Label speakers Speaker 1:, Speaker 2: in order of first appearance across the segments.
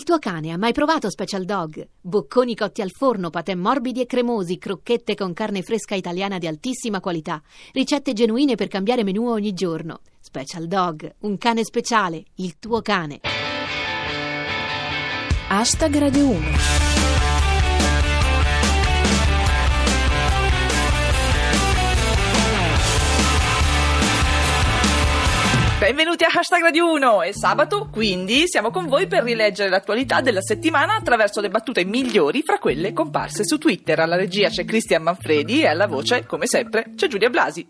Speaker 1: tuo cane ha mai provato Special Dog? Bocconi cotti al forno, patè morbidi e cremosi, crocchette con carne fresca italiana di altissima qualità, ricette genuine per cambiare menù ogni giorno. Special Dog, un cane speciale, il tuo cane.
Speaker 2: #Radio 1.
Speaker 3: Benvenuti a #Radio 1, è sabato, quindi siamo con voi per rileggere l'attualità della settimana attraverso le battute migliori fra quelle comparse su Twitter. Alla regia c'è Cristian Manfredi e alla voce, come sempre, c'è Giulia Blasi.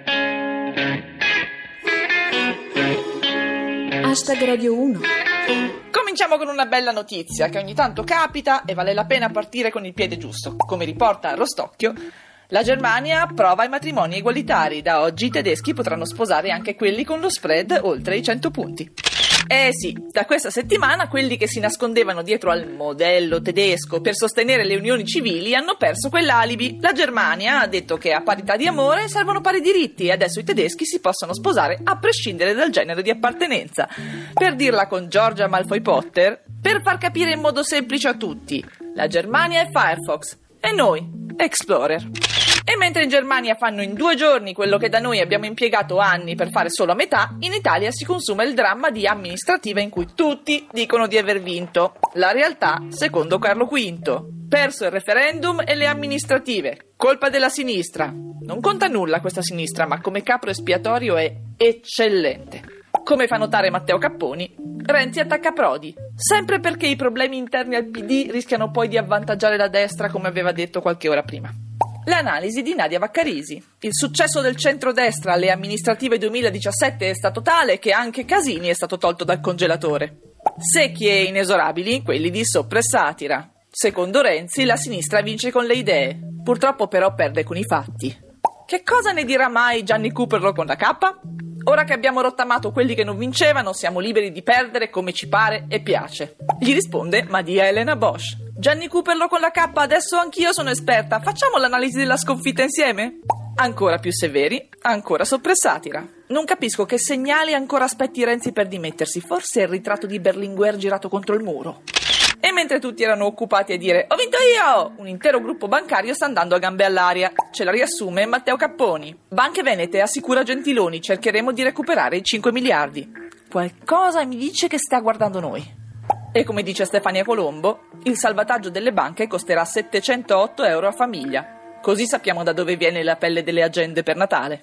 Speaker 2: #Radio 1.
Speaker 3: Cominciamo con una bella notizia che ogni tanto capita e vale la pena partire con il piede giusto. Come riporta Rostocchio, la Germania approva i matrimoni egualitari. Da oggi i tedeschi potranno sposare anche quelli con lo spread oltre i 100 punti. Eh sì, da questa settimana quelli che si nascondevano dietro al modello tedesco per sostenere le unioni civili hanno perso quell'alibi. La Germania ha detto che a parità di amore servono pari diritti e adesso i tedeschi si possono sposare a prescindere dal genere di appartenenza. Per dirla con Georgia Malfoy Potter, per far capire in modo semplice a tutti, la Germania è Firefox e noi Explorer. E mentre in Germania fanno in 2 giorni quello che da noi abbiamo impiegato anni per fare solo a metà, in Italia si consuma il dramma di amministrative in cui tutti dicono di aver vinto. La realtà, secondo Carlo V, perso il referendum e le amministrative. Colpa della sinistra. Non conta nulla questa sinistra, ma come capro espiatorio è eccellente. Come fa notare Matteo Capponi, Renzi attacca Prodi, sempre perché i problemi interni al PD rischiano poi di avvantaggiare la destra, come aveva detto qualche ora prima. L'analisi di Nadia Vaccarisi. Il successo del centrodestra alle amministrative 2017 è stato tale che anche Casini è stato tolto dal congelatore. Secchi e inesorabili quelli di Sopra e Satira. Secondo Renzi la sinistra vince con le idee, purtroppo però perde con i fatti. Che cosa ne dirà mai Gianni Cooperlo con la K? Ora che abbiamo rottamato quelli che non vincevano, siamo liberi di perdere come ci pare e piace. Gli risponde Madia Elena Bosch. Gianni Cooperlo con la K, adesso anch'io sono esperta. Facciamo l'analisi della sconfitta insieme? Ancora più severi, ancora Sopra e Satira. Non capisco che segnali ancora aspetti Renzi per dimettersi. Forse è il ritratto di Berlinguer girato contro il muro. E mentre tutti erano occupati a dire «Ho vinto io!», un intero gruppo bancario sta andando a gambe all'aria. Ce la riassume Matteo Capponi. Banche Venete assicura Gentiloni, cercheremo di recuperare i 5 miliardi. Qualcosa mi dice che sta guardando noi. E come dice Stefania Colombo, il salvataggio delle banche costerà 708 euro a famiglia. Così sappiamo da dove viene la pelle delle agende per Natale.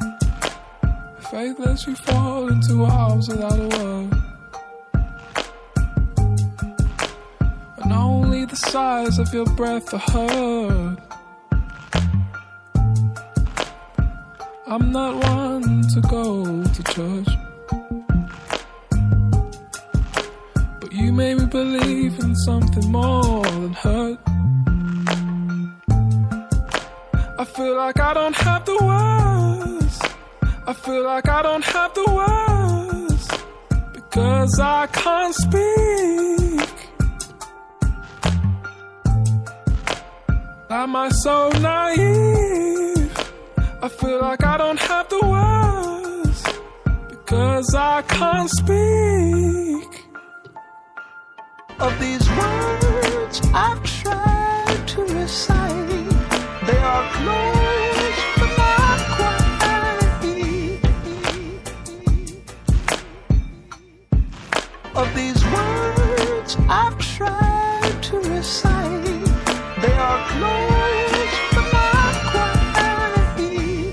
Speaker 4: Faithless you fall into arms without a word. And only the size of your breath are heard. I'm not one to go to church, but you made me believe in something more than hurt. I feel like I don't have the words. I feel like I don't have the words, because I can't speak. Am I so naive? I feel like I don't have the words, because I can't speak.
Speaker 5: Of these words I've tried to recite, they are close but not quite. Of these words I've tried to recite, they are close but not quite.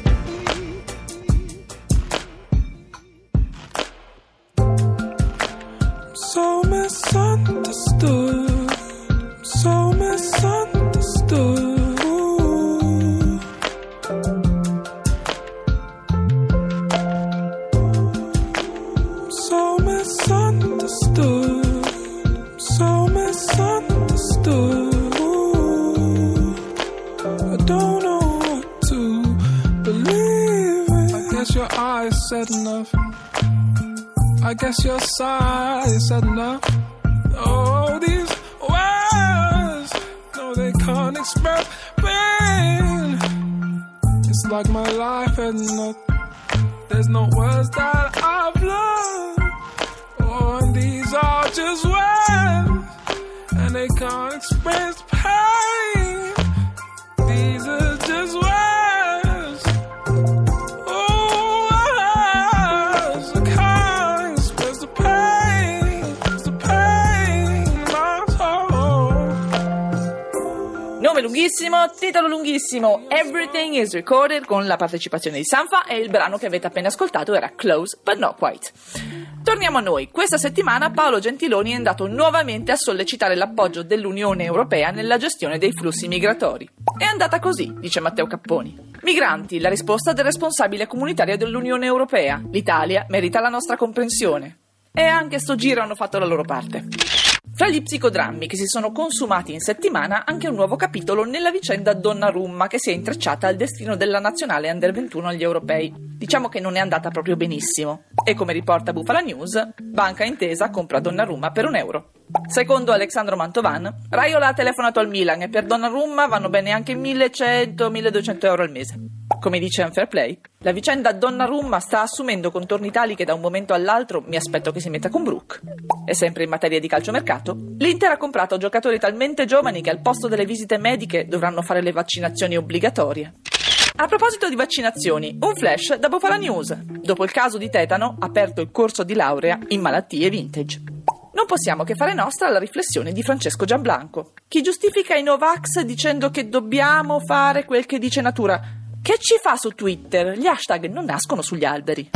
Speaker 4: So misunderstood, so misunderstood. So misunderstood, so misunderstood. I don't know what to believe in. I guess your eyes said enough. I guess your size said enough. Oh, these words, no, they can't express pain. It's like my life had not. There's no words that I've learned. Oh, and these are just words. express pain. These are just words. Oh, words. I can't express the pain in my soul.
Speaker 3: Nome lunghissimo, titolo lunghissimo, Everything is Recorded, con la partecipazione di Sanfa, e il brano che avete appena ascoltato era Close But Not Quite. Torniamo a noi. Questa settimana Paolo Gentiloni è andato nuovamente a sollecitare l'appoggio dell'Unione Europea nella gestione dei flussi migratori. È andata così, dice Matteo Capponi. Migranti, la risposta del responsabile comunitario dell'Unione Europea. L'Italia merita la nostra comprensione. E anche sto giro hanno fatto la loro parte. Fra gli psicodrammi che si sono consumati in settimana, anche un nuovo capitolo nella vicenda Donnarumma, che si è intrecciata al destino della nazionale Under 21 agli europei. Diciamo che non è andata proprio benissimo. E come riporta Bufala News, Banca Intesa compra Donnarumma per €1. Secondo Alexandro Mantovan, Raiola ha telefonato al Milan e per Donnarumma vanno bene anche 1.100-1.200 euro al mese. Come dice Unfairplay, la vicenda Donnarumma sta assumendo contorni tali che da un momento all'altro mi aspetto che si metta con Brook. E sempre in materia di calciomercato, l'Inter ha comprato giocatori talmente giovani che al posto delle visite mediche dovranno fare le vaccinazioni obbligatorie. A proposito di vaccinazioni, un flash da Bufala News. Dopo il caso di tetano, ha aperto il corso di laurea in malattie vintage. Non possiamo che fare nostra la riflessione di Francesco Gianblanco. Chi giustifica i Novax dicendo che dobbiamo fare quel che dice natura, che ci fa su Twitter? Gli hashtag non nascono sugli alberi.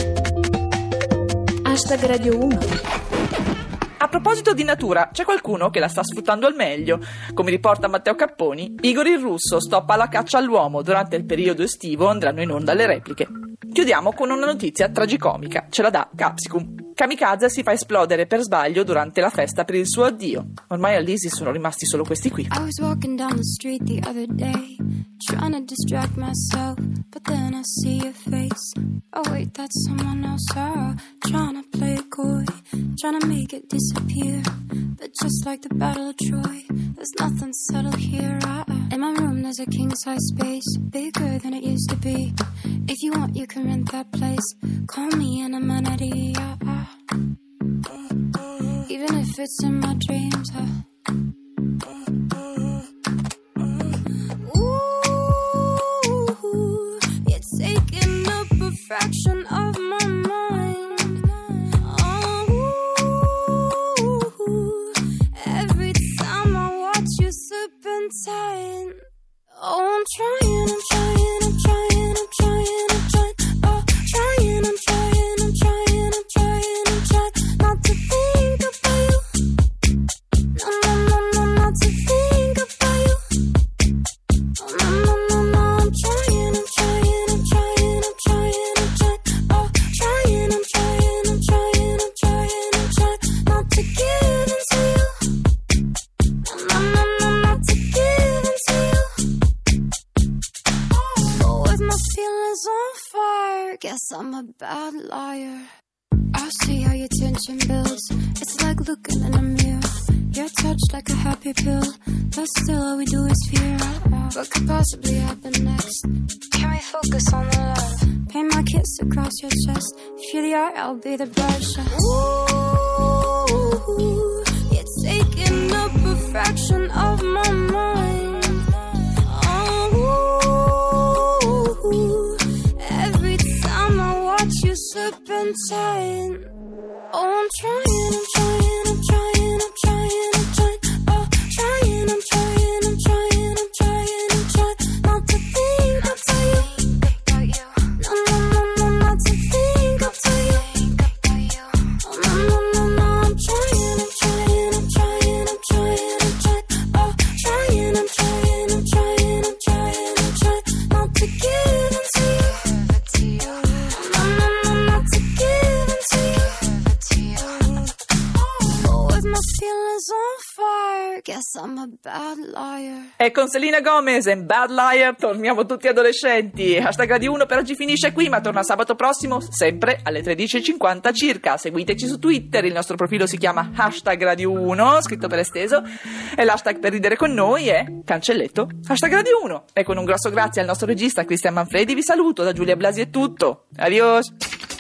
Speaker 2: Hashtag Radio 1.
Speaker 3: A proposito di natura, c'è qualcuno che la sta sfruttando al meglio. Come riporta Matteo Capponi, Igor il Russo stoppa la caccia all'uomo. Durante il periodo estivo andranno in onda le repliche. Chiudiamo con una notizia tragicomica. Ce la dà Capsicum. Kamikaze si fa esplodere per sbaglio durante la festa per il suo addio. Ormai all'ISIS sono rimasti solo questi qui.
Speaker 6: I was walking down the street the other day, trying to distract myself, but then I see your face. Oh wait, that's someone else. Trying to play it coy, trying to make it disappear. But just like the Battle of Troy, there's nothing subtle here. In my room there's a king-size space, bigger than it used to be. If you want you can rent that place, call me an amenity. Even if it's in my dreams. Ooh, you're taking up a fraction of my mind. Oh, every time I watch you slip and tight. Oh, I'm trying. Not to think about you. No, not to think about you. Oh, no, I'm trying. Oh, trying. Not to give in to you. No, not to give in to you. But with my feelings on fire, guess I'm a bad liar. I see how your tension builds. It's like looking in a mirror. You're touched like a happy pill, but still all we do is fear. What could possibly happen next? Can we focus on the love? Paint my kiss across your chest. If you're the art, I'll be the brush. Ooh, you're taking up a fraction of my mind. Oh, every time I watch you slip and tight. Oh, I'm trying. Oh, trying. Not to think about you. No, not to think about you. Oh, no, I'm trying. Oh, trying. Not to give in to you. No, not to give in to you. Oh, with my feelings on fire, guess I'm a bad liar.
Speaker 3: E con Selena Gomez e Bad Liar torniamo tutti adolescenti. Hashtag Radio 1 per oggi finisce qui, ma torna sabato prossimo, sempre alle 13.50 circa. Seguiteci su Twitter, il nostro profilo si chiama Hashtag Radio 1, scritto per esteso, e l'hashtag per ridere con noi è cancelletto Hashtag Radio 1. E con un grosso grazie al nostro regista Cristian Manfredi vi saluto, da Giulia Blasi è tutto. Adios!